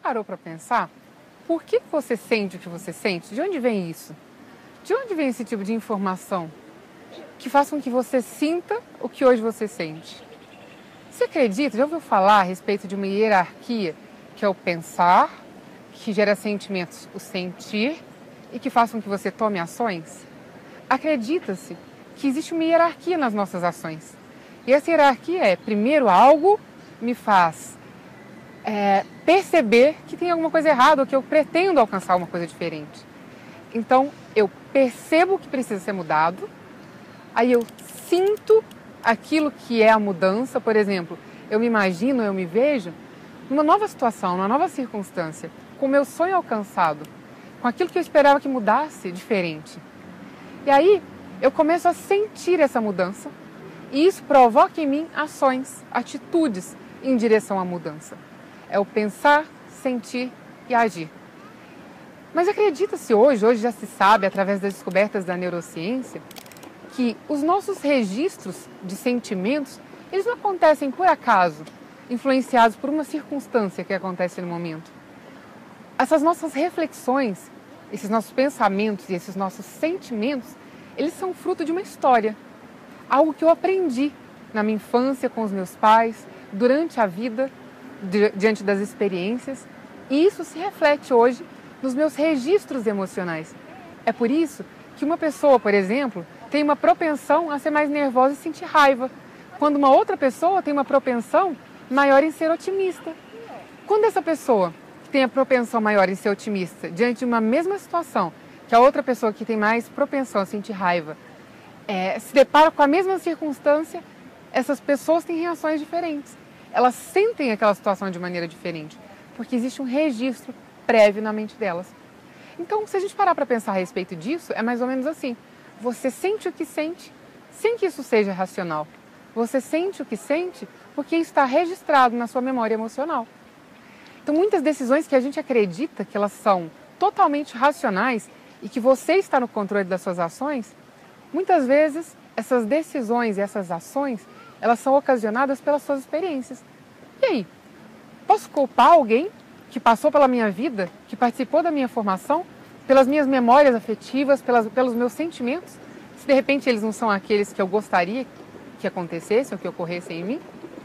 parou para pensar por que você sente o que você sente? De onde vem isso? De onde vem esse tipo de informação que faz com que você sinta o que hoje você sente? Você acredita, já ouviu falar a respeito de uma hierarquia que é o pensar, que gera sentimentos, o sentir e que faz com que você tome ações? Acredita-se que existe uma hierarquia nas nossas ações. E essa hierarquia é, primeiro, algo me faz perceber que tem alguma coisa errada ou que eu pretendo alcançar uma coisa diferente. Então, eu percebo que precisa ser mudado, aí eu sinto aquilo que é a mudança. Por exemplo, eu me imagino, eu me vejo numa nova situação, numa nova circunstância, com o meu sonho alcançado, com aquilo que eu esperava que mudasse diferente. E aí, eu começo a sentir essa mudança e isso provoca em mim ações, atitudes em direção à mudança. É o pensar, sentir e agir. Mas acredita-se hoje já se sabe, através das descobertas da neurociência, que os nossos registros de sentimentos, eles não acontecem por acaso, influenciados por uma circunstância que acontece no momento. Essas nossas reflexões, esses nossos pensamentos e esses nossos sentimentos, eles são fruto de uma história. Algo que eu aprendi na minha infância com os meus pais, durante a vida, diante das experiências. E isso se reflete hoje nos meus registros emocionais. É por isso que uma pessoa, por exemplo, tem uma propensão a ser mais nervosa e sentir raiva, quando uma outra pessoa tem uma propensão maior em ser otimista. Quando essa pessoa que tem a propensão maior em ser otimista, diante de uma mesma situação, que a outra pessoa que tem mais propensão a sentir raiva, se depara com a mesma circunstância, essas pessoas têm reações diferentes. Elas sentem aquela situação de maneira diferente, porque existe um registro prévio na mente delas. Então, se a gente parar para pensar a respeito disso, é mais ou menos assim. Você sente o que sente, sem que isso seja racional. Você sente o que sente porque está registrado na sua memória emocional. Então, muitas decisões que a gente acredita que elas são totalmente racionais e que você está no controle das suas ações, muitas vezes essas decisões e essas ações, elas são ocasionadas pelas suas experiências. E aí? Posso culpar alguém que passou pela minha vida, que participou da minha formação, pelas minhas memórias afetivas, pelos meus sentimentos, se de repente eles não são aqueles que eu gostaria que acontecessem ou que ocorressem em mim?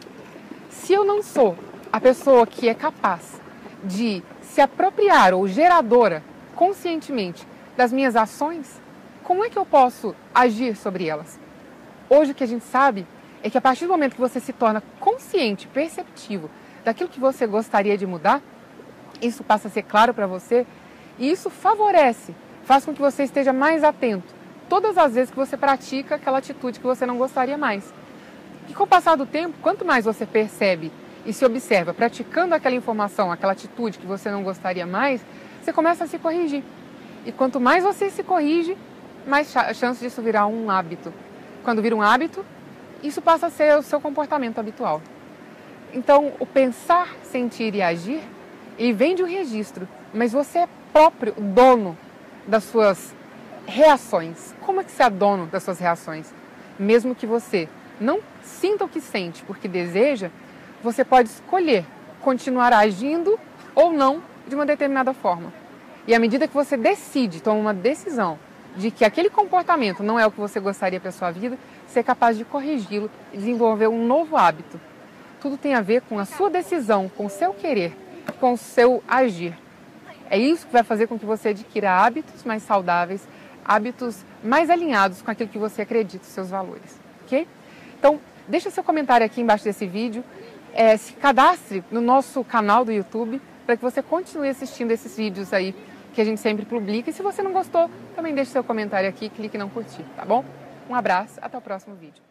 Se eu não sou a pessoa que é capaz de se apropriar ou geradora conscientemente das minhas ações, como é que eu posso agir sobre elas? Hoje o que a gente sabe é que a partir do momento que você se torna consciente, perceptivo daquilo que você gostaria de mudar, isso passa a ser claro para você e isso favorece, faz com que você esteja mais atento todas as vezes que você pratica aquela atitude que você não gostaria mais. E com o passar do tempo, quanto mais você percebe e se observa praticando aquela informação, aquela atitude que você não gostaria mais, você começa a se corrigir. E quanto mais você se corrige, mais chance disso virar um hábito. Quando vira um hábito, isso passa a ser o seu comportamento habitual. Então, o pensar, sentir e agir, ele vem de um registro, mas você é próprio dono das suas reações. Como é que você é dono das suas reações? Mesmo que você não sinta o que sente porque deseja, você pode escolher continuar agindo ou não de uma determinada forma. E à medida que você decide, toma uma decisão de que aquele comportamento não é o que você gostaria para a sua vida, você é capaz de corrigi-lo e desenvolver um novo hábito. Tudo tem a ver com a sua decisão, com o seu querer, com o seu agir. É isso que vai fazer com que você adquira hábitos mais saudáveis, hábitos mais alinhados com aquilo que você acredita, os seus valores. Ok? Então, deixa seu comentário aqui embaixo desse vídeo, se cadastre no nosso canal do YouTube para que você continue assistindo esses vídeos aí que a gente sempre publica. E se você não gostou, também deixe seu comentário aqui e clique em não curtir, tá bom? Um abraço, até o próximo vídeo.